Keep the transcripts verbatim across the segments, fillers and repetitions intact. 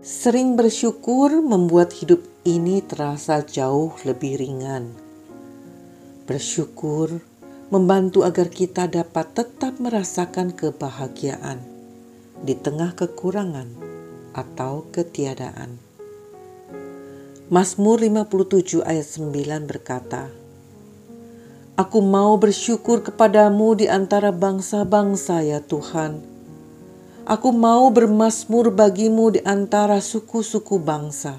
Sering bersyukur membuat hidup ini terasa jauh lebih ringan. Bersyukur membantu agar kita dapat tetap merasakan kebahagiaan di tengah kekurangan atau ketiadaan. Mazmur lima puluh tujuh ayat sembilan berkata, "Aku mau bersyukur kepadamu di antara bangsa-bangsa ya Tuhan. Aku mau bermazmur bagimu di antara suku-suku bangsa."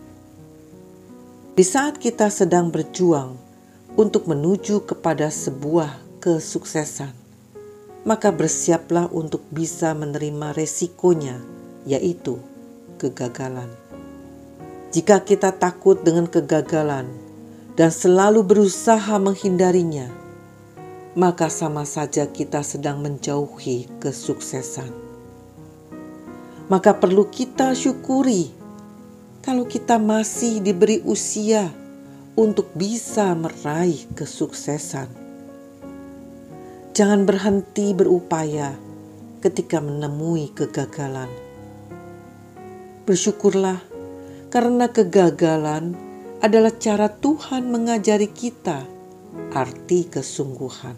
Di saat kita sedang berjuang untuk menuju kepada sebuah kesuksesan, maka bersiaplah untuk bisa menerima resikonya, yaitu kegagalan. Jika kita takut dengan kegagalan dan selalu berusaha menghindarinya, maka sama saja kita sedang menjauhi kesuksesan. Maka perlu kita syukuri kalau kita masih diberi usia untuk bisa meraih kesuksesan. Jangan berhenti berupaya ketika menemui kegagalan. Bersyukurlah karena kegagalan adalah cara Tuhan mengajari kita arti kesungguhan.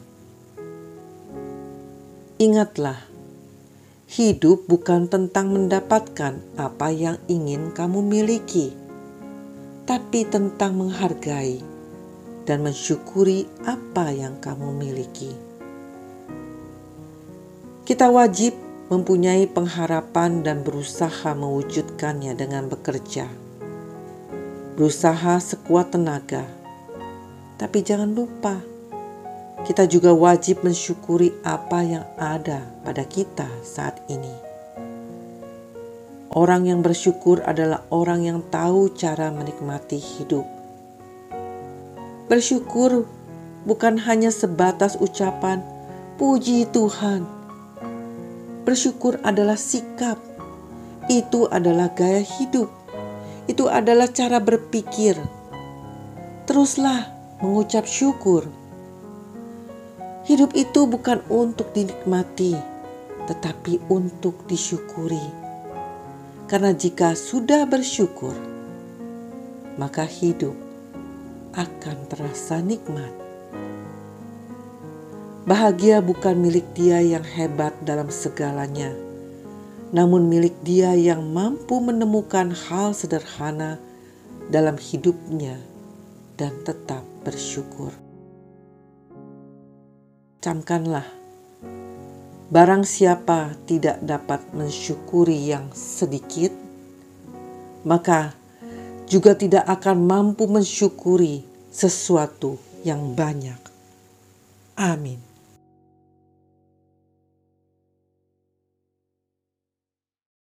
Ingatlah, hidup bukan tentang mendapatkan apa yang ingin kamu miliki, tapi tentang menghargai dan mensyukuri apa yang kamu miliki. Kita wajib mempunyai pengharapan dan berusaha mewujudkannya dengan bekerja. Berusaha sekuat tenaga, tapi jangan lupa, kita juga wajib mensyukuri apa yang ada pada kita saat ini. Orang yang bersyukur adalah orang yang tahu cara menikmati hidup. Bersyukur bukan hanya sebatas ucapan "Puji Tuhan". Bersyukur adalah sikap. Itu adalah gaya hidup. Itu adalah cara berpikir. Teruslah mengucap syukur. Hidup itu bukan untuk dinikmati, tetapi untuk disyukuri. Karena jika sudah bersyukur, maka hidup akan terasa nikmat. Bahagia bukan milik dia yang hebat dalam segalanya, namun milik dia yang mampu menemukan hal sederhana dalam hidupnya dan tetap bersyukur. Camkanlah, barang siapa tidak dapat mensyukuri yang sedikit, maka juga tidak akan mampu mensyukuri sesuatu yang banyak. Amin.